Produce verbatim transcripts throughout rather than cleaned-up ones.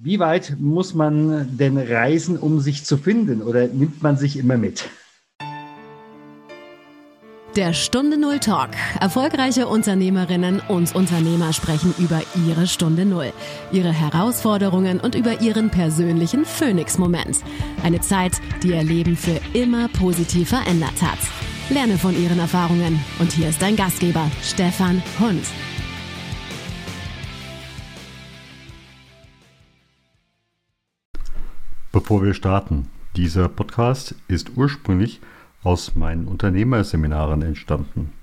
Wie weit muss man denn reisen, um sich zu finden, oder nimmt man sich immer mit? Der Stunde Null Talk. Erfolgreiche Unternehmerinnen und Unternehmer sprechen über ihre Stunde Null, ihre Herausforderungen und über ihren persönlichen Phoenix-Moment. Eine Zeit, die ihr Leben für immer positiv verändert hat. Lerne von ihren Erfahrungen. Und hier ist dein Gastgeber, Stefan Hund. Bevor wir starten, dieser Podcast ist ursprünglich aus meinen Unternehmerseminaren entstanden.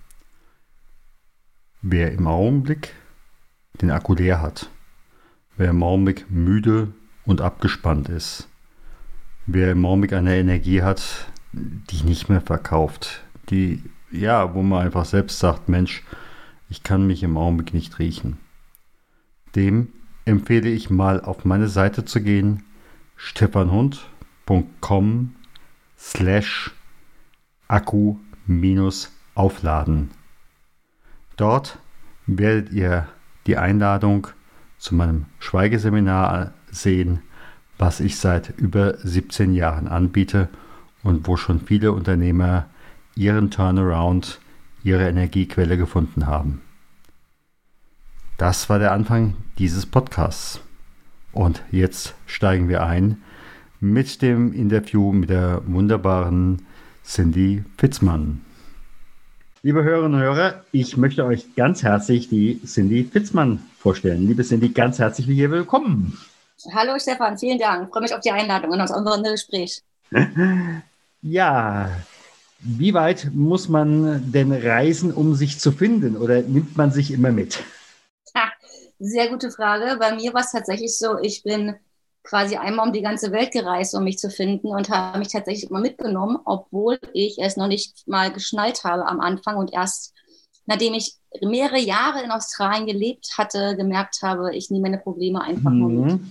Wer im Augenblick den Akku leer hat, wer im Augenblick müde und abgespannt ist, wer im Augenblick eine Energie hat, die nicht mehr verkauft, die, ja, wo man einfach selbst sagt, Mensch, ich kann mich im Augenblick nicht riechen, dem empfehle ich mal auf meine Seite zu gehen, stefanhund punkt com slash Akku minus aufladen. Dort werdet ihr die Einladung zu meinem Schweigeseminar sehen, was ich seit über siebzehn Jahren anbiete und wo schon viele Unternehmer ihren Turnaround, ihre Energiequelle gefunden haben. Das war der Anfang dieses Podcasts. Und jetzt steigen wir ein mit dem Interview mit der wunderbaren Cindy Fitzmann. Liebe Hörerinnen und Hörer, ich möchte euch ganz herzlich die Cindy Fitzmann vorstellen. Liebe Cindy, ganz herzlich willkommen. Hallo Stefan, vielen Dank. Ich freue mich auf die Einladung und auf unser Gespräch. Ja, wie weit muss man denn reisen, um sich zu finden, oder nimmt man sich immer mit? Ha, sehr gute Frage. Bei mir war es tatsächlich so, ich bin quasi einmal um die ganze Welt gereist, um mich zu finden, und habe mich tatsächlich immer mitgenommen, obwohl ich es noch nicht mal geschnallt habe am Anfang und erst, nachdem ich mehrere Jahre in Australien gelebt hatte, gemerkt habe, ich nehme meine Probleme einfach nur mit.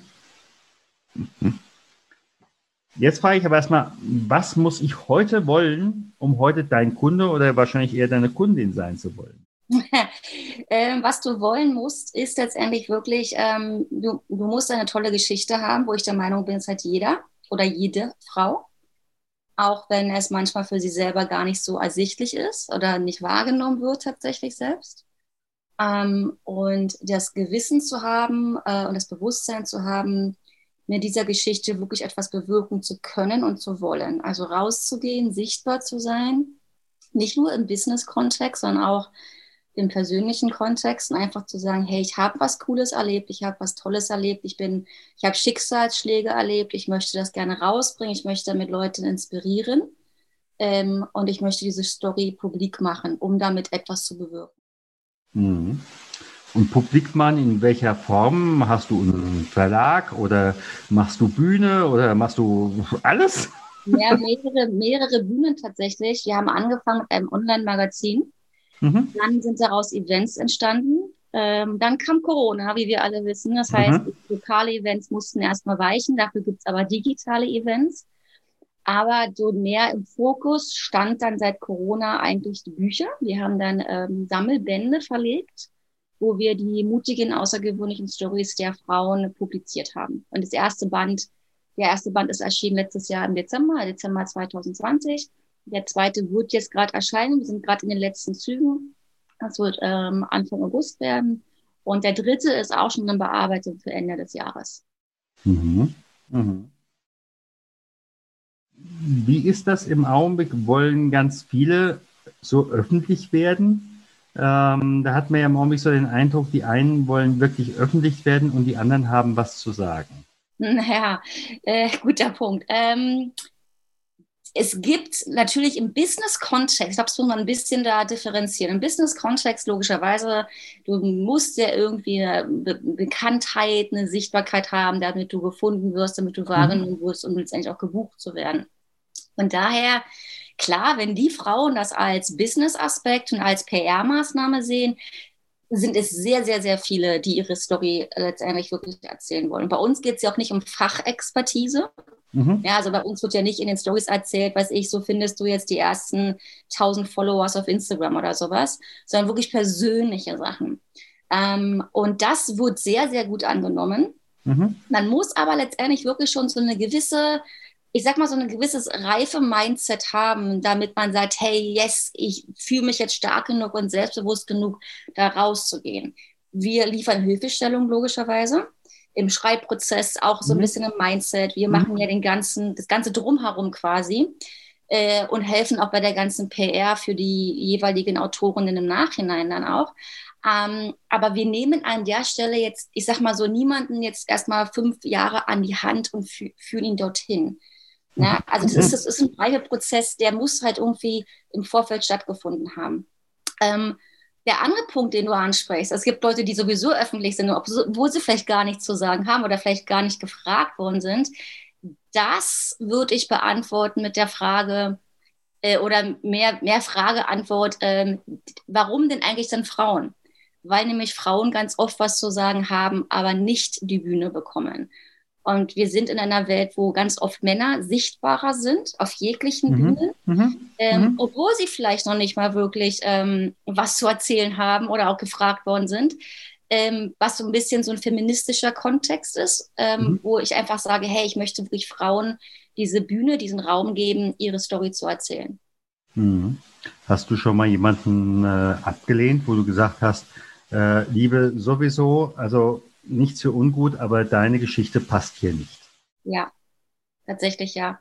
Jetzt frage ich aber erstmal, was muss ich heute wollen, um heute dein Kunde oder wahrscheinlich eher deine Kundin sein zu wollen? ähm, was du wollen musst, ist letztendlich wirklich, ähm, du, du musst eine tolle Geschichte haben, wo ich der Meinung bin, es hat jeder oder jede Frau, auch wenn es manchmal für sie selber gar nicht so ersichtlich ist oder nicht wahrgenommen wird tatsächlich selbst. Ähm, und das Gewissen zu haben äh, und das Bewusstsein zu haben, mit dieser Geschichte wirklich etwas bewirken zu können und zu wollen. Also rauszugehen, sichtbar zu sein, nicht nur im Business-Kontext, sondern auch im persönlichen Kontext, und einfach zu sagen, hey, ich habe was Cooles erlebt, ich habe was Tolles erlebt, ich bin, ich habe Schicksalsschläge erlebt, ich möchte das gerne rausbringen, ich möchte damit Leute inspirieren ähm, und ich möchte diese Story publik machen, um damit etwas zu bewirken. Mhm. Und publik machen in welcher Form? Hast du einen Verlag oder machst du Bühne oder machst du alles? Ja, mehrere, mehrere Bühnen tatsächlich. Wir haben angefangen mit einem Online-Magazin. Mhm. Dann sind daraus Events entstanden. Ähm, dann kam Corona, wie wir alle wissen. Das heißt, mhm. lokale Events mussten erstmal weichen. Dafür gibt es aber digitale Events. Aber so mehr im Fokus stand dann seit Corona eigentlich die Bücher. Wir haben dann ähm, Sammelbände verlegt, wo wir die mutigen, außergewöhnlichen Stories der Frauen publiziert haben. Und das erste Band, der erste Band ist erschienen letztes Jahr im Dezember, Dezember zwanzig zwanzig. Der zweite wird jetzt gerade erscheinen. Wir sind gerade in den letzten Zügen. Das wird ähm, Anfang August werden. Und der dritte ist auch schon in Bearbeitung für Ende des Jahres. Mhm. Mhm. Wie ist das im Augenblick? Wollen ganz viele so öffentlich werden? Ähm, da hat man ja im Augenblick so den Eindruck, die einen wollen wirklich öffentlich werden und die anderen haben was zu sagen. Naja, äh, guter Punkt. Ähm, Es gibt natürlich im Business-Kontext, ich glaube, das muss man ein bisschen da differenzieren. Im Business-Kontext logischerweise, du musst ja irgendwie eine Be- Bekanntheit, eine Sichtbarkeit haben, damit du gefunden wirst, damit du wahrgenommen wirst und letztendlich auch gebucht zu werden. Und daher, klar, wenn die Frauen das als Business-Aspekt und als P R-Maßnahme sehen, sind es sehr, sehr, sehr viele, die ihre Story letztendlich wirklich erzählen wollen. Und bei uns geht es ja auch nicht um Fachexpertise. Mhm. Ja, also bei uns wird ja nicht in den Stories erzählt, weiß ich, so findest du jetzt die ersten tausend Followers auf Instagram oder sowas, sondern wirklich persönliche Sachen. Ähm, und das wird sehr, sehr gut angenommen. Mhm. Man muss aber letztendlich wirklich schon so eine gewisse, ich sag mal, so ein gewisses reife Mindset haben, damit man sagt, hey, yes, ich fühle mich jetzt stark genug und selbstbewusst genug, da rauszugehen. Wir liefern Hilfestellung logischerweise. Im Schreibprozess auch so ein Mhm. bisschen im Mindset. Wir Mhm. machen ja den ganzen, das ganze Drumherum quasi äh, und helfen auch bei der ganzen P R für die jeweiligen Autorinnen im Nachhinein dann auch. Ähm, aber wir nehmen an der Stelle jetzt, ich sag mal so, niemanden jetzt erstmal fünf Jahre an die Hand und fü führen ihn dorthin. Ne? Also das ist, das ist ein Reifeprozess, der muss halt irgendwie im Vorfeld stattgefunden haben. Ähm, der andere Punkt, den du ansprichst, es gibt Leute, die sowieso öffentlich sind, obwohl sie vielleicht gar nichts zu sagen haben oder vielleicht gar nicht gefragt worden sind. Das würde ich beantworten mit der Frage äh, oder mehr, mehr Frage-Antwort, ähm, warum denn eigentlich dann Frauen? Weil nämlich Frauen ganz oft was zu sagen haben, aber nicht die Bühne bekommen. Und wir sind in einer Welt, wo ganz oft Männer sichtbarer sind auf jeglichen Mhm. Bühnen, Mhm. ähm, Mhm. obwohl sie vielleicht noch nicht mal wirklich ähm, was zu erzählen haben oder auch gefragt worden sind, ähm, was so ein bisschen so ein feministischer Kontext ist, ähm, Mhm. wo ich einfach sage, hey, ich möchte wirklich Frauen diese Bühne, diesen Raum geben, ihre Story zu erzählen. Mhm. Hast du schon mal jemanden äh, abgelehnt, wo du gesagt hast, äh, Liebe sowieso, also nichts für ungut, aber deine Geschichte passt hier nicht? Ja, tatsächlich ja.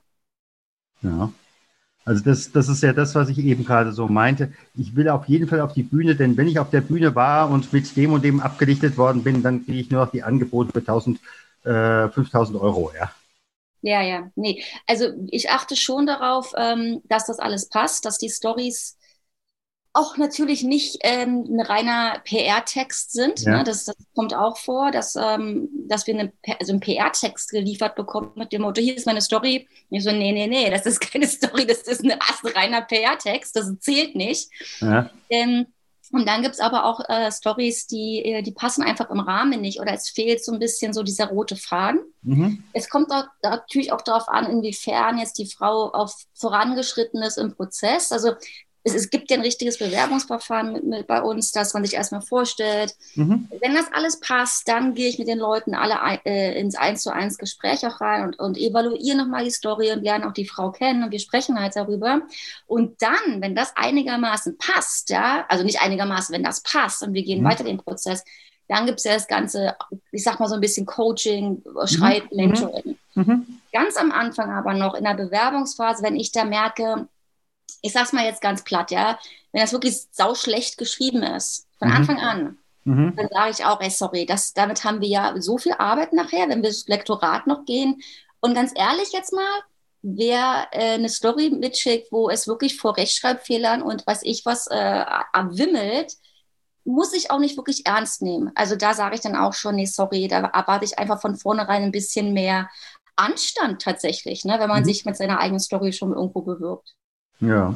Ja. Also das, das ist ja das, was ich eben gerade so meinte. Ich will auf jeden Fall auf die Bühne, denn wenn ich auf der Bühne war und mit dem und dem abgedichtet worden bin, dann kriege ich nur noch die Angebote für tausend, äh, fünftausend Euro, ja. Ja, ja, nee. Also ich achte schon darauf, ähm, dass das alles passt, dass die Storys auch natürlich nicht ähm, ein reiner P R-Text sind. Ne? Ja, Das, das kommt auch vor, dass, ähm, dass wir eine, also einen P R-Text geliefert bekommen mit dem Motto, hier ist meine Story. Und ich so, nee, nee, nee, das ist keine Story, das ist ein astreiner P R-Text, das zählt nicht. ja. Ähm, und dann gibt es aber auch äh, Stories, die, äh, die passen einfach im Rahmen nicht oder es fehlt so ein bisschen so dieser rote Faden. Mhm. Es kommt auch, natürlich auch darauf an, inwiefern jetzt die Frau auf vorangeschritten ist im Prozess. Also es, es gibt ja ein richtiges Bewerbungsverfahren mit, mit bei uns, dass man sich erstmal vorstellt. Mhm. Wenn das alles passt, dann gehe ich mit den Leuten alle ein, äh, ins eins zu eins Gespräch auch rein und, und evaluiere nochmal die Story und lerne auch die Frau kennen und wir sprechen halt darüber. Und dann, wenn das einigermaßen passt, ja, also nicht einigermaßen, wenn das passt und wir gehen Mhm. weiter den Prozess, dann gibt es ja das ganze, ich sag mal so ein bisschen Coaching, Mhm. Schreiben, Mentoring. Mhm. Ganz am Anfang aber noch in der Bewerbungsphase, wenn ich da merke, ich sag's mal jetzt ganz platt, ja, wenn das wirklich sauschlecht geschrieben ist, von Mhm. Anfang an, Mhm. dann sage ich auch, ey, sorry, das, damit haben wir ja so viel Arbeit nachher, wenn wir das Lektorat noch gehen. Und ganz ehrlich jetzt mal, wer äh, eine Story mitschickt, wo es wirklich vor Rechtschreibfehlern und weiß ich was äh, wimmelt, muss ich auch nicht wirklich ernst nehmen. Also da sage ich dann auch schon, nee, sorry, da erwarte ich einfach von vornherein ein bisschen mehr Anstand tatsächlich, ne, wenn man Mhm. sich mit seiner eigenen Story schon irgendwo bewirbt. Ja.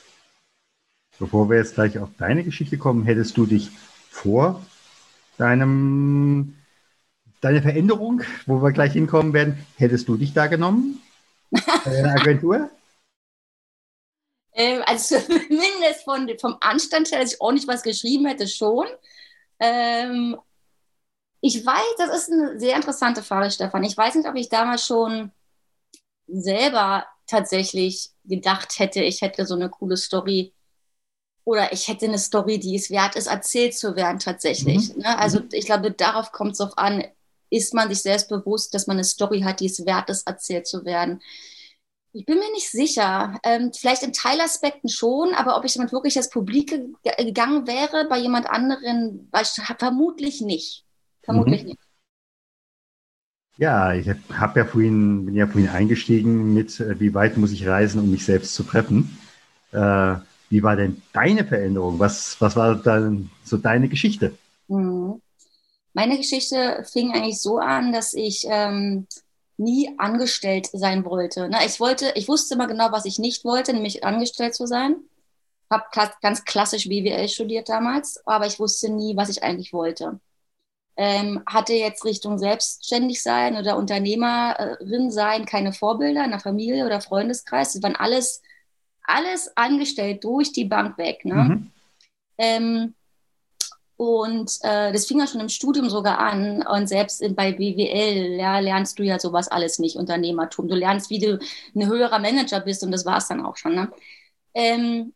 Bevor wir jetzt gleich auf deine Geschichte kommen, hättest du dich vor deinem, deine Veränderung, wo wir gleich hinkommen werden, hättest du dich da genommen? Bei deiner Agentur? Ähm, also zumindest von, vom Anstand her, dass ich ordentlich was geschrieben hätte, schon. Ähm, ich weiß, das ist eine sehr interessante Frage, Stefan. Ich weiß nicht, ob ich damals schon selber tatsächlich gedacht hätte, ich hätte so eine coole Story oder ich hätte eine Story, die es wert ist, erzählt zu werden tatsächlich. Mhm. Ne? Also ich glaube, darauf kommt es drauf an, ist man sich selbst bewusst, dass man eine Story hat, die es wert ist, erzählt zu werden. Ich bin mir nicht sicher. Ähm, vielleicht in Teilaspekten schon, aber ob ich damit wirklich als Publik ge gegangen wäre, bei jemand anderen, weiß ich, vermutlich nicht. Vermutlich Mhm. nicht. Ja, ich habe ja vorhin, bin ja vorhin eingestiegen mit, äh, wie weit muss ich reisen, um mich selbst zu treffen. Äh, wie war denn deine Veränderung? Was, was war dann so deine Geschichte? Mhm. Meine Geschichte fing eigentlich so an, dass ich ähm, nie angestellt sein wollte. Ne? Ich wollte, ich wusste immer genau, was ich nicht wollte, nämlich angestellt zu sein. Habe ganz klassisch B W L studiert damals, aber ich wusste nie, was ich eigentlich wollte. Ähm, hatte jetzt Richtung selbstständig sein oder Unternehmerin sein keine Vorbilder in der Familie oder Freundeskreis. Das waren alles, alles angestellt durch die Bank weg. Ne? Mhm. Ähm, Und äh, das fing ja schon im Studium sogar an. Und selbst in, bei B W L ja, lernst du ja sowas alles nicht, Unternehmertum. Du lernst, wie du ein höherer Manager bist und das war es dann auch schon. Ne? Ähm,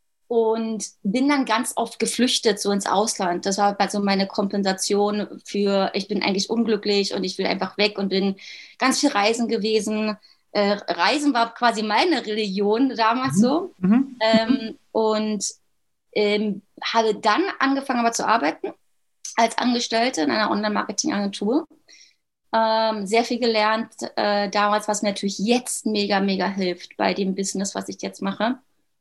und bin dann ganz oft geflüchtet, so ins Ausland. Das war so meine Kompensation für, ich bin eigentlich unglücklich und ich will einfach weg und bin ganz viel reisen gewesen. Äh, Reisen war quasi meine Religion damals so. Mhm. Ähm, und ähm, habe dann angefangen aber zu arbeiten als Angestellte in einer Online-Marketing-Agentur. Ähm, sehr viel gelernt äh, damals, was mir natürlich jetzt mega, mega hilft bei dem Business, was ich jetzt mache.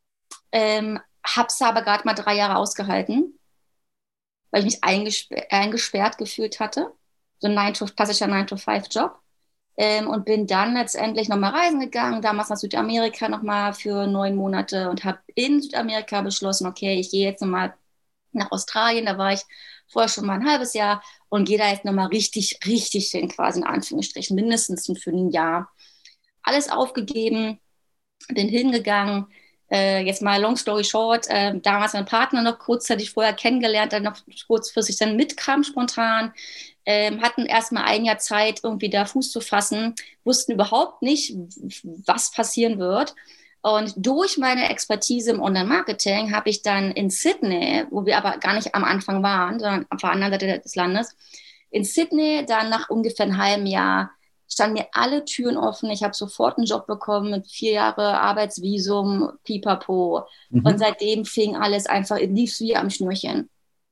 Ähm, habe es aber gerade mal drei Jahre ausgehalten, weil ich mich eingesperrt, eingesperrt gefühlt hatte. So ein nine to, klassischer nine to five Job. Ähm, und bin dann letztendlich nochmal reisen gegangen, damals nach Südamerika nochmal für neun Monate und habe in Südamerika beschlossen, okay, ich gehe jetzt nochmal nach Australien, da war ich vorher schon mal ein halbes Jahr und gehe da jetzt nochmal richtig, richtig hin, quasi in Anführungsstrichen, mindestens für ein Jahr. Alles aufgegeben, bin hingegangen, äh, jetzt mal long story short, äh, damals mein Partner noch kurzzeitig vorher kennengelernt, dann noch kurzfristig dann mitkam spontan, ähm, hatten erstmal ein Jahr Zeit, irgendwie da Fuß zu fassen, wussten überhaupt nicht, was passieren wird. Und durch meine Expertise im Online-Marketing habe ich dann in Sydney, wo wir aber gar nicht am Anfang waren, sondern auf der anderen Seite des Landes, in Sydney dann nach ungefähr einem halben Jahr standen mir alle Türen offen. Ich habe sofort einen Job bekommen mit vier Jahre Arbeitsvisum, pipapo. Mhm. Und seitdem fing alles einfach, lief wie am Schnürchen.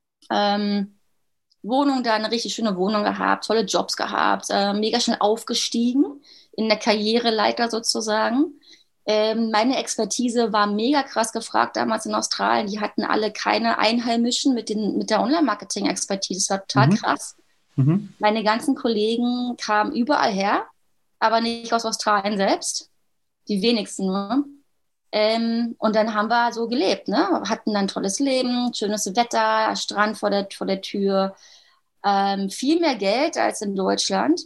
Ähm, Wohnung da, eine richtig schöne Wohnung gehabt, tolle Jobs gehabt, äh, mega schnell aufgestiegen in der Karriereleiter sozusagen. Ähm, meine Expertise war mega krass gefragt damals in Australien. Die hatten alle keine Einheimischen mit, den, mit der Online-Marketing-Expertise. Das war total mhm. krass. Mhm. Meine ganzen Kollegen kamen überall her, aber nicht aus Australien selbst. Die wenigsten nur. Ähm, und dann haben wir so gelebt, ne? Hatten dann ein tolles Leben, schönes Wetter, Strand vor der, vor der Tür, ähm, viel mehr Geld als in Deutschland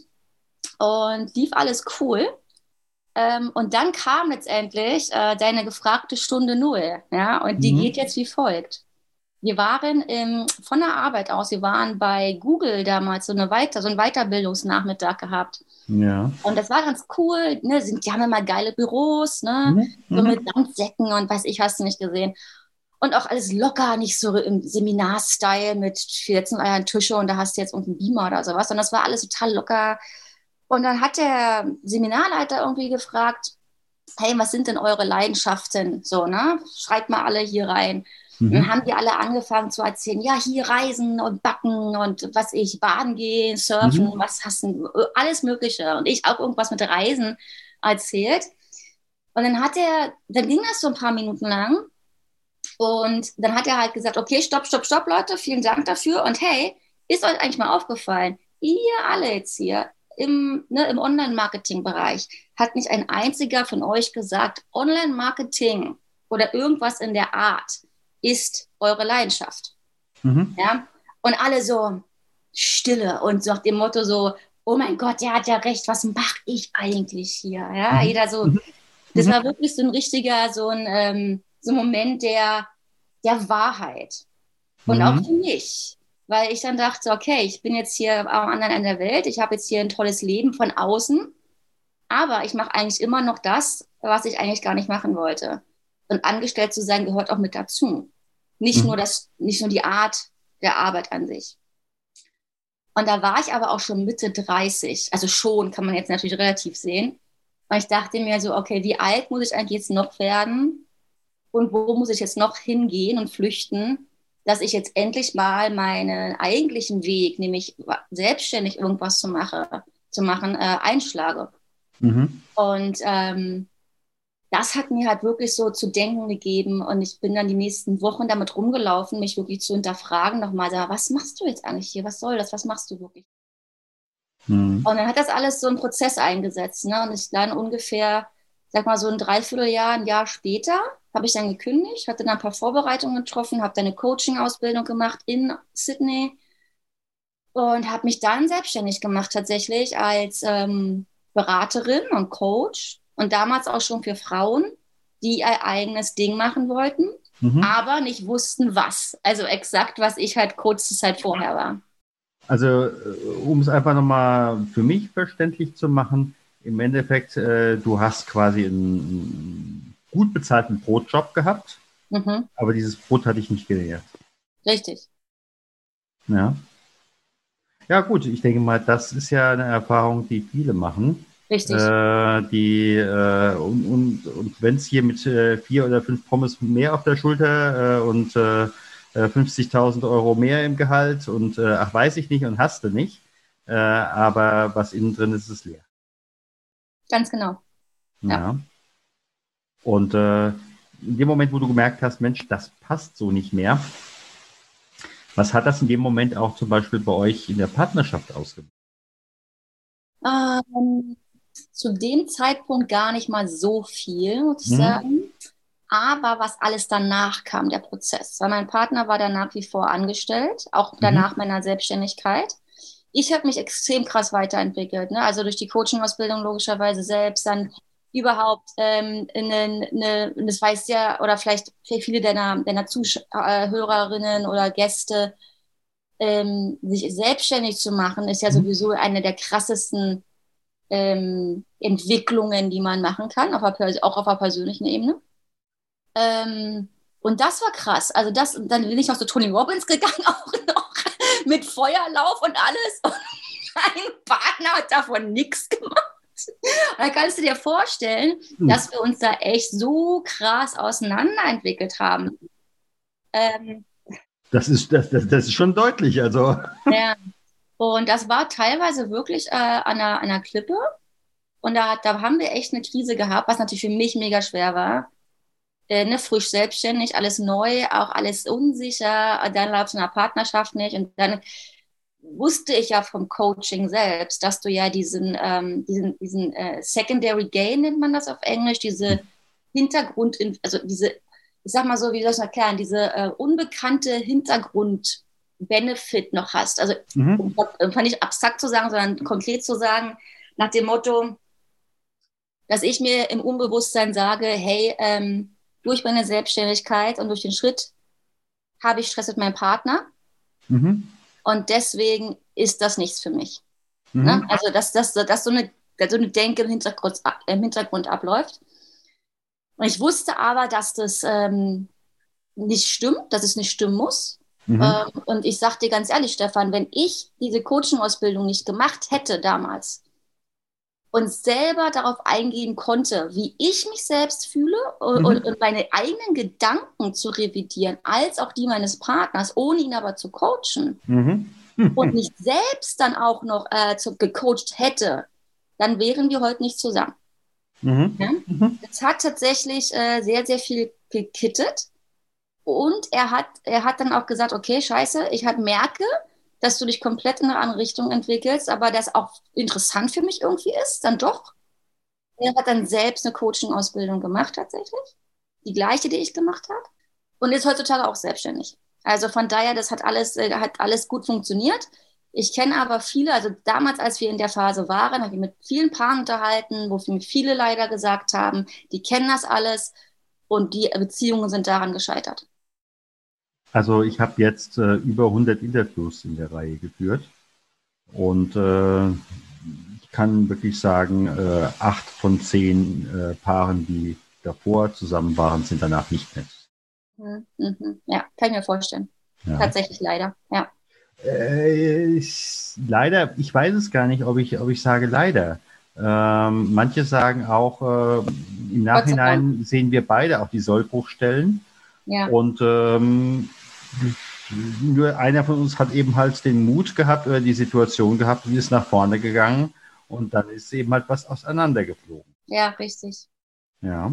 und lief alles cool. Ähm, und dann kam letztendlich äh, deine gefragte Stunde Null, ja? Und die mhm. geht jetzt wie folgt. Wir waren ähm, von der Arbeit aus, wir waren bei Google damals so, eine Weiter-, so einen Weiterbildungsnachmittag gehabt. Ja. Und das war ganz cool. Ne? Die haben immer geile Büros, ne? Mhm. So mit Sandsäcken und weiß ich, hast du nicht gesehen. Und auch alles locker, nicht so im Seminar-Style mit wir setzen euren Tische und da hast du jetzt irgendeinen Beamer oder sowas. Und das war alles total locker. Und dann hat der Seminarleiter irgendwie gefragt, hey, was sind denn eure Leidenschaften? So, ne? Schreibt mal alle hier rein. Mhm. Dann haben die alle angefangen zu erzählen, ja, hier reisen und backen und was ich, baden gehen, surfen, mhm. was hast du, alles Mögliche. Und ich auch irgendwas mit Reisen erzählt. Und dann hat er, dann ging das so ein paar Minuten lang und dann hat er halt gesagt, okay, stopp, stopp, stopp, Leute, vielen Dank dafür. Und hey, ist euch eigentlich mal aufgefallen, ihr alle jetzt hier im, ne, im Online-Marketing-Bereich hat nicht ein einziger von euch gesagt, Online-Marketing oder irgendwas in der Art ist eure Leidenschaft. Mhm. Ja? Und alle so Stille und so nach dem Motto so, oh mein Gott, der hat ja recht, was mache ich eigentlich hier? Ja, mhm. Jeder so, das war wirklich so ein richtiger, so ein, ähm, so ein Moment der, der Wahrheit. Und mhm. auch für mich, weil ich dann dachte, okay, ich bin jetzt hier am anderen Ende der Welt, ich habe jetzt hier ein tolles Leben von außen, aber ich mache eigentlich immer noch das, was ich eigentlich gar nicht machen wollte. Und angestellt zu sein gehört auch mit dazu. Nicht, mhm. nur das, nicht nur die Art der Arbeit an sich. Und da war ich aber auch schon Mitte dreißig. Also schon, kann man jetzt natürlich relativ sehen. Und ich dachte mir so, okay, wie alt muss ich eigentlich jetzt noch werden? Und wo muss ich jetzt noch hingehen und flüchten, dass ich jetzt endlich mal meinen eigentlichen Weg, nämlich selbstständig irgendwas zu, mache, zu machen, äh, einschlage. Mhm. Und ähm, das hat mir halt wirklich so zu denken gegeben und ich bin dann die nächsten Wochen damit rumgelaufen, mich wirklich zu hinterfragen, nochmal, was machst du jetzt eigentlich hier, was soll das, was machst du wirklich? Mhm. Und dann hat das alles so einen Prozess eingesetzt, ne? Und ich dann ungefähr, sag mal so ein Dreivierteljahr, ein Jahr später, habe ich dann gekündigt, hatte dann ein paar Vorbereitungen getroffen, habe dann eine Coaching-Ausbildung gemacht in Sydney und habe mich dann selbstständig gemacht tatsächlich als ähm, Beraterin und Coach. Und damals auch schon für Frauen, die ihr eigenes Ding machen wollten. Mhm. aber nicht wussten, was. Also exakt, was ich halt kurze Zeit vorher war. Also, um es einfach nochmal für mich verständlich zu machen, im Endeffekt, äh, du hast quasi einen gut bezahlten Brotjob gehabt, Mhm. aber dieses Brot hat dich nicht genährt. Richtig. Ja. Ja, gut, ich denke mal, das ist ja eine Erfahrung, die viele machen. Richtig. Äh, die, äh, und und, und wenn es hier mit äh, vier oder fünf Pommes mehr auf der Schulter äh, und äh, fünfzigtausend Euro mehr im Gehalt und äh, ach, weiß ich nicht und hast du nicht, äh, aber was innen drin ist, ist leer. Ganz genau. Ja. Ja. Und äh, in dem Moment, wo du gemerkt hast, Mensch, das passt so nicht mehr, was hat das in dem Moment auch zum Beispiel bei euch in der Partnerschaft ausgemacht? Ähm, zu dem Zeitpunkt gar nicht mal so viel, muss ich Mhm. sagen. Aber was alles danach kam, der Prozess. Weil mein Partner war dann nach wie vor angestellt, auch danach Mhm. meiner Selbstständigkeit. Ich habe mich extrem krass weiterentwickelt, ne? Also durch die Coaching-Ausbildung logischerweise selbst, dann überhaupt, ähm, eine, eine, das weiß ja, oder vielleicht viele deiner, deiner Zuhörerinnen oder Gäste, ähm, sich selbstständig zu machen, ist ja Mhm. sowieso eine der krassesten ähm, Entwicklungen, die man machen kann, auf einer, auch auf einer persönlichen Ebene. Ähm, und das war krass. Also das, dann bin ich noch zu Tony Robbins gegangen, auch noch mit Feuerlauf und alles. Und mein Partner hat davon nichts gemacht. Und da kannst du dir vorstellen, dass wir uns da echt so krass auseinanderentwickelt haben. Ähm, Das ist, das, das, das ist schon deutlich. Also, ja. Und das war teilweise wirklich äh, an einer, einer Klippe. Und da, da haben wir echt eine Krise gehabt, was natürlich für mich mega schwer war. Äh, ne, frisch selbstständig, alles neu, auch alles unsicher. Dann läuft es in einer Partnerschaft nicht. Und dann wusste ich ja vom Coaching selbst, dass du ja diesen, ähm, diesen, diesen äh, Secondary Gain nennt man das auf Englisch, diese Hintergrund, also diese, ich sag mal so, wie soll ich das erklären, diese äh, unbekannte Hintergrund-Benefit noch hast. Also mhm. um um nicht abstrakt zu sagen, sondern konkret zu sagen, nach dem Motto, dass ich mir im Unbewusstsein sage, hey, ähm, durch meine Selbstständigkeit und durch den Schritt habe ich Stress mit meinem Partner Mhm. und deswegen ist das nichts für mich. Ne? Mhm. Also, dass, dass, dass so, eine, so eine Denke im Hintergrund, im Hintergrund abläuft. Und ich wusste aber, dass das ähm, nicht stimmt, dass es nicht stimmen muss. Mhm. Ähm, und ich sage dir ganz ehrlich, Stefan, wenn ich diese Coaching-Ausbildung nicht gemacht hätte damals, und selber darauf eingehen konnte, wie ich mich selbst fühle und, und, Mhm. und meine eigenen Gedanken zu revidieren, als auch die meines Partners, ohne ihn aber zu coachen Mhm. und Mhm. mich selbst dann auch noch äh, zu, gecoacht hätte, dann wären wir heute nicht zusammen. Mhm. Ja? Mhm. Es hat tatsächlich äh, sehr, sehr viel gekittet. Und er hat, er hat dann auch gesagt, okay, scheiße, ich halt merke, dass du dich komplett in eine andere Richtung entwickelst, aber das auch interessant für mich irgendwie ist, dann doch. Er hat dann selbst eine Coaching-Ausbildung gemacht, tatsächlich. Die gleiche, die ich gemacht habe. Und ist heutzutage auch selbstständig. Also von daher, das hat alles, äh, hat alles gut funktioniert. Ich kenne aber viele, also damals, als wir in der Phase waren, habe ich mit vielen Paaren unterhalten, wo mir viele leider gesagt haben, die kennen das alles und die Beziehungen sind daran gescheitert. Also ich habe jetzt äh, über hundert Interviews in der Reihe geführt und äh, ich kann wirklich sagen, äh, acht von zehn äh, Paaren, die davor zusammen waren, sind danach nicht mehr. Mhm. Mhm. Ja, kann ich mir vorstellen. Ja. Tatsächlich leider, ja. Äh, ich, leider, ich weiß es gar nicht, ob ich, ob ich sage leider. Ähm, manche sagen auch, äh, im Gott sei Dank. Nachhinein sehen wir beide auch die Sollbruchstellen. Ja, Und ähm, nur einer von uns hat eben halt den Mut gehabt oder die Situation gehabt und ist nach vorne gegangen. Und dann ist eben halt was auseinandergeflogen. ja, richtig. Ja.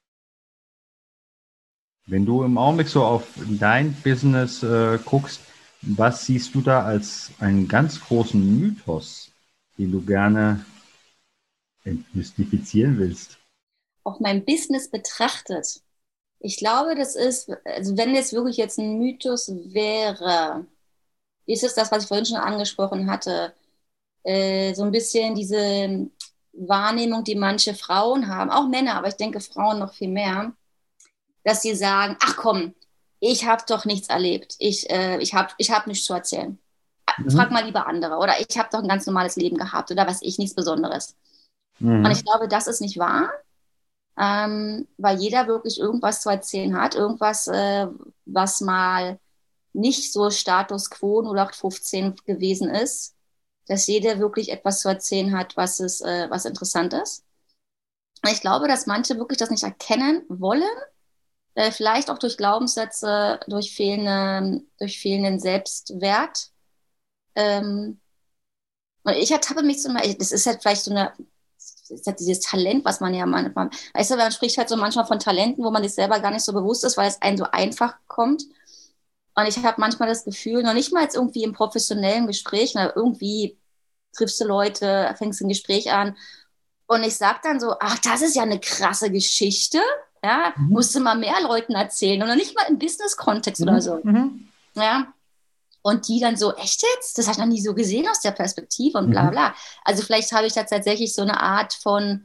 Wenn du im Augenblick so auf dein Business äh, guckst, was siehst du da als einen ganz großen Mythos, den du gerne entmystifizieren willst? Auf mein Business betrachtet. Ich glaube, das ist, also wenn jetzt wirklich jetzt ein Mythos wäre, ist es das, was ich vorhin schon angesprochen hatte, äh, so ein bisschen diese Wahrnehmung, die manche Frauen haben, auch Männer, aber ich denke Frauen noch viel mehr, dass sie sagen, ach komm, ich habe doch nichts erlebt. Ich, äh, ich habe ich hab nichts zu erzählen. Frag Mhm. mal lieber andere. Oder ich habe doch ein ganz normales Leben gehabt oder was ich, nichts Besonderes. Und ich Mhm. glaube, das ist nicht wahr, ähm, weil jeder wirklich irgendwas zu erzählen hat, irgendwas, äh, was mal nicht so Status quo null acht fünfzehn gewesen ist, dass jeder wirklich etwas zu erzählen hat, was, es, äh, was interessant ist. Und ich glaube, dass manche wirklich das nicht erkennen wollen, äh, vielleicht auch durch Glaubenssätze, durch fehlenden, durch fehlenden Selbstwert. Ähm, und ich ertappe mich zum Beispiel, das ist halt vielleicht so eine, das ist halt dieses Talent, was man ja manchmal, weißt du, man spricht halt so manchmal von Talenten, wo man sich selber gar nicht so bewusst ist, weil es einem so einfach kommt. Und ich habe manchmal das Gefühl, noch nicht mal jetzt irgendwie im professionellen Gespräch, na, irgendwie triffst du Leute, fängst ein Gespräch an und ich sage dann so, ach, das ist ja eine krasse Geschichte, ja, Mhm. musst du mal mehr Leuten erzählen und noch nicht mal im Business-Kontext oder Mhm. so, Mhm. ja. Und die dann so, echt jetzt? Das habe ich noch nie so gesehen aus der Perspektive und bla Mhm. bla. Also vielleicht habe ich da tatsächlich so eine Art von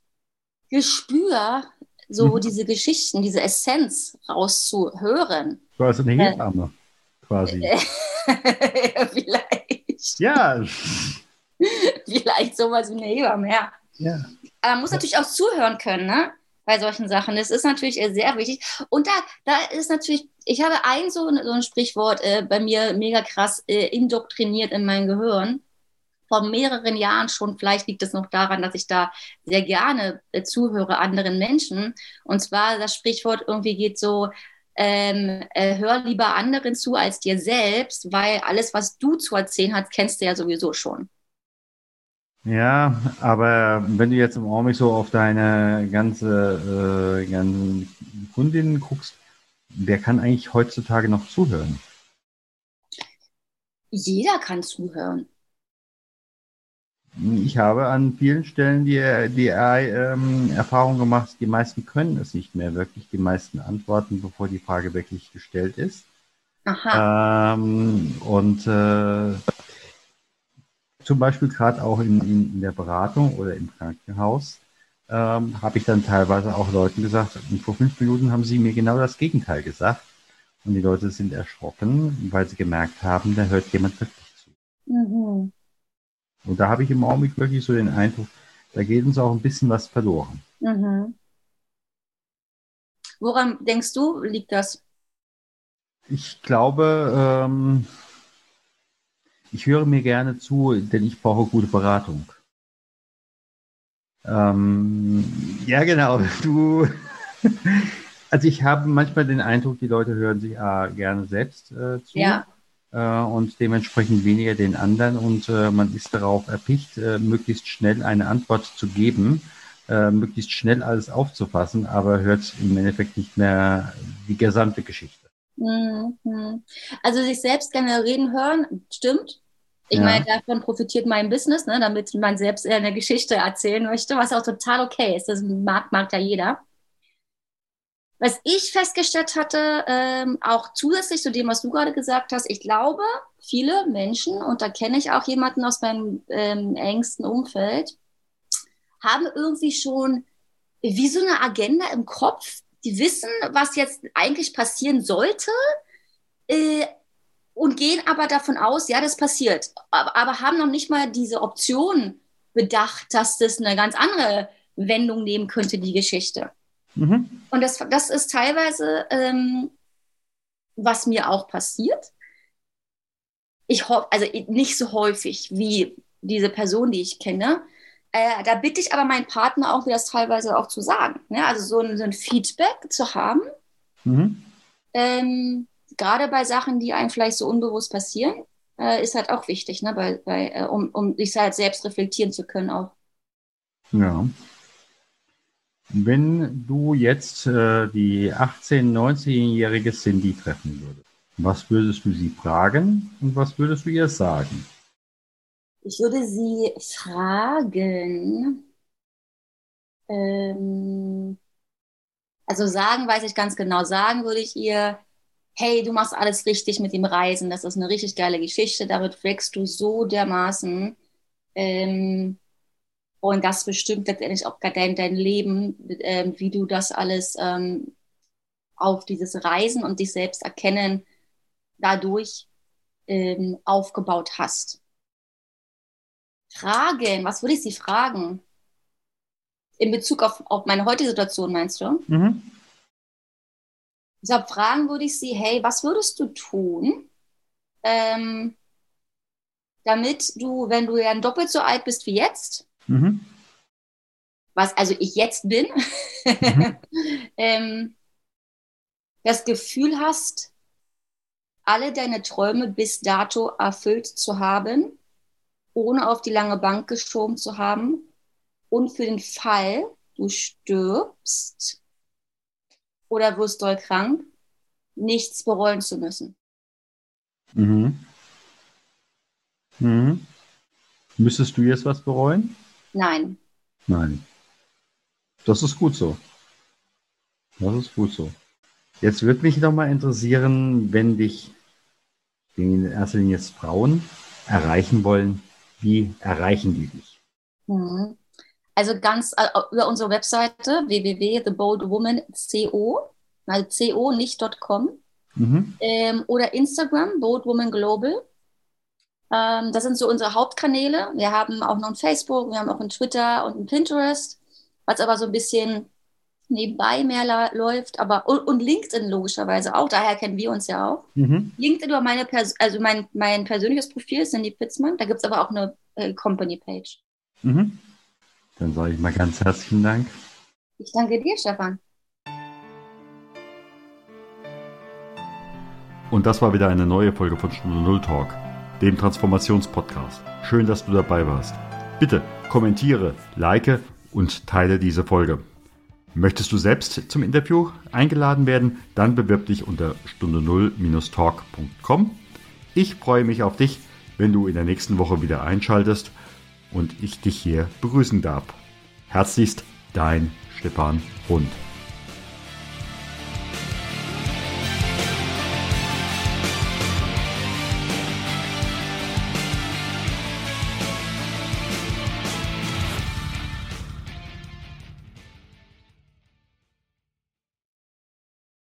Gespür, so Mhm. diese Geschichten, diese Essenz rauszuhören. Quasi eine Äh, Hebamme, quasi. vielleicht, Ja, vielleicht sowas wie eine Hebamme, ja. ja. Aber man muss natürlich auch zuhören können, ne? Bei solchen Sachen. Das ist natürlich äh, sehr wichtig. Und da, da ist natürlich, ich habe ein so, ein- so ein Sprichwort äh, bei mir mega krass äh, indoktriniert in mein Gehirn. Vor mehreren Jahren schon. Vielleicht liegt es noch daran, dass ich da sehr gerne äh, zuhöre anderen Menschen. Und zwar das Sprichwort irgendwie geht so, ähm, äh, hör lieber anderen zu als dir selbst, weil alles, was du zu erzählen hast, kennst du ja sowieso schon. Ja, aber wenn du jetzt im Augenblick so auf deine ganze, äh, ganzen Kundinnen guckst, wer kann eigentlich heutzutage noch zuhören? Jeder kann zuhören. Ich habe an vielen Stellen die, die ähm, Erfahrung gemacht, die meisten können es nicht mehr wirklich, die meisten antworten, bevor die Frage wirklich gestellt ist. Aha. Ähm, und äh, zum Beispiel gerade auch in, in, in der Beratung oder im Krankenhaus ähm, habe ich dann teilweise auch Leuten gesagt, und vor fünf Minuten haben sie mir genau das Gegenteil gesagt. Und die Leute sind erschrocken, weil sie gemerkt haben, da hört jemand wirklich zu. Mhm. Und da habe ich im Augenblick wirklich so den Eindruck, da geht uns auch ein bisschen was verloren. Mhm. Woran denkst du, liegt das? Ich glaube, ähm, ich höre mir gerne zu, denn ich brauche gute Beratung. Ähm, ja, genau. Du, also ich habe manchmal den Eindruck, die Leute hören sich äh, gerne selbst äh, zu Ja. äh, und dementsprechend weniger den anderen und äh, man ist darauf erpicht, äh, möglichst schnell eine Antwort zu geben, äh, möglichst schnell alles aufzufassen, aber hört im Endeffekt nicht mehr die gesamte Geschichte. Mhm. Also sich selbst gerne reden hören, stimmt. Ich meine, Ja. davon profitiert mein Business, ne, damit man selbst eine Geschichte erzählen möchte, was auch total okay ist. Das mag, mag ja jeder. Was ich festgestellt hatte, ähm, auch zusätzlich zu dem, was du gerade gesagt hast, ich glaube, viele Menschen, und da kenne ich auch jemanden aus meinem ähm, engsten Umfeld, haben irgendwie schon wie so eine Agenda im Kopf. Die wissen, was jetzt eigentlich passieren sollte, äh, und gehen aber davon aus, ja, das passiert. Aber, aber haben noch nicht mal diese Option bedacht, dass das eine ganz andere Wendung nehmen könnte, die Geschichte. Mhm. Und das, das ist teilweise, ähm, was mir auch passiert. Ich hoffe, also nicht so häufig wie diese Person, die ich kenne. Äh, da bitte ich aber meinen Partner auch, mir das teilweise auch zu sagen. Ne? Also so ein, so ein Feedback zu haben, Mhm. ähm, gerade bei Sachen, die einem vielleicht so unbewusst passieren, äh, ist halt auch wichtig, ne? bei, bei, äh, um, um sich halt selbst reflektieren zu können auch. Ja. Wenn du jetzt äh, die achtzehn-, neunzehnjährige Cindy treffen würdest, was würdest du sie fragen und was würdest du ihr sagen? Ich würde sie fragen, ähm, also sagen weiß ich ganz genau, sagen würde ich ihr, hey, du machst alles richtig mit dem Reisen, das ist eine richtig geile Geschichte, damit wächst du so dermaßen. Ähm, und das bestimmt letztendlich auch dein, dein Leben, ähm, wie du das alles ähm, auf dieses Reisen und dich selbst erkennen dadurch ähm, aufgebaut hast. Fragen, was würde ich Sie fragen? In Bezug auf, auf meine heutige Situation, meinst du? Mhm. Ich glaube, fragen würde ich Sie, hey, was würdest du tun, ähm, damit du, wenn du ja doppelt so alt bist wie jetzt, Mhm. was also ich jetzt bin, Mhm. ähm, das Gefühl hast, alle deine Träume bis dato erfüllt zu haben, ohne auf die lange Bank geschoben zu haben und für den Fall, du stirbst oder wirst doll krank, nichts bereuen zu müssen. Mhm. Mhm. Müsstest du jetzt was bereuen? Nein. Nein. Das ist gut so. Das ist gut so. Jetzt würde mich noch mal interessieren, wenn dich in erster Linie jetzt Frauen erreichen wollen, wie erreichen die dich? Mhm. Also ganz äh, über unsere Webseite w w w punkt the bold woman punkt co, also co, nicht .com, Mhm. ähm, oder Instagram, Bold Woman Global. Ähm, das sind so unsere Hauptkanäle. Wir haben auch noch ein Facebook, wir haben auch ein Twitter und ein Pinterest, was aber so ein bisschen nebenbei mehr la- läuft, aber und, und LinkedIn logischerweise auch, daher kennen wir uns ja auch. Mhm. LinkedIn über meine Pers also mein, mein persönliches Profil ist Cindy Pitzmann, da gibt es aber auch eine äh, Company-Page. Mhm. Dann sage ich mal ganz herzlichen Dank. Ich danke dir, Stefan. Und das war wieder eine neue Folge von Stunde Null Talk, dem Transformationspodcast. Schön, dass du dabei warst. Bitte kommentiere, like und teile diese Folge. Möchtest du selbst zum Interview eingeladen werden? Dann bewirb dich unter stunde null talk punkt com. Ich freue mich auf dich, wenn du in der nächsten Woche wieder einschaltest und ich dich hier begrüßen darf. Herzlichst, dein Stefan Hund.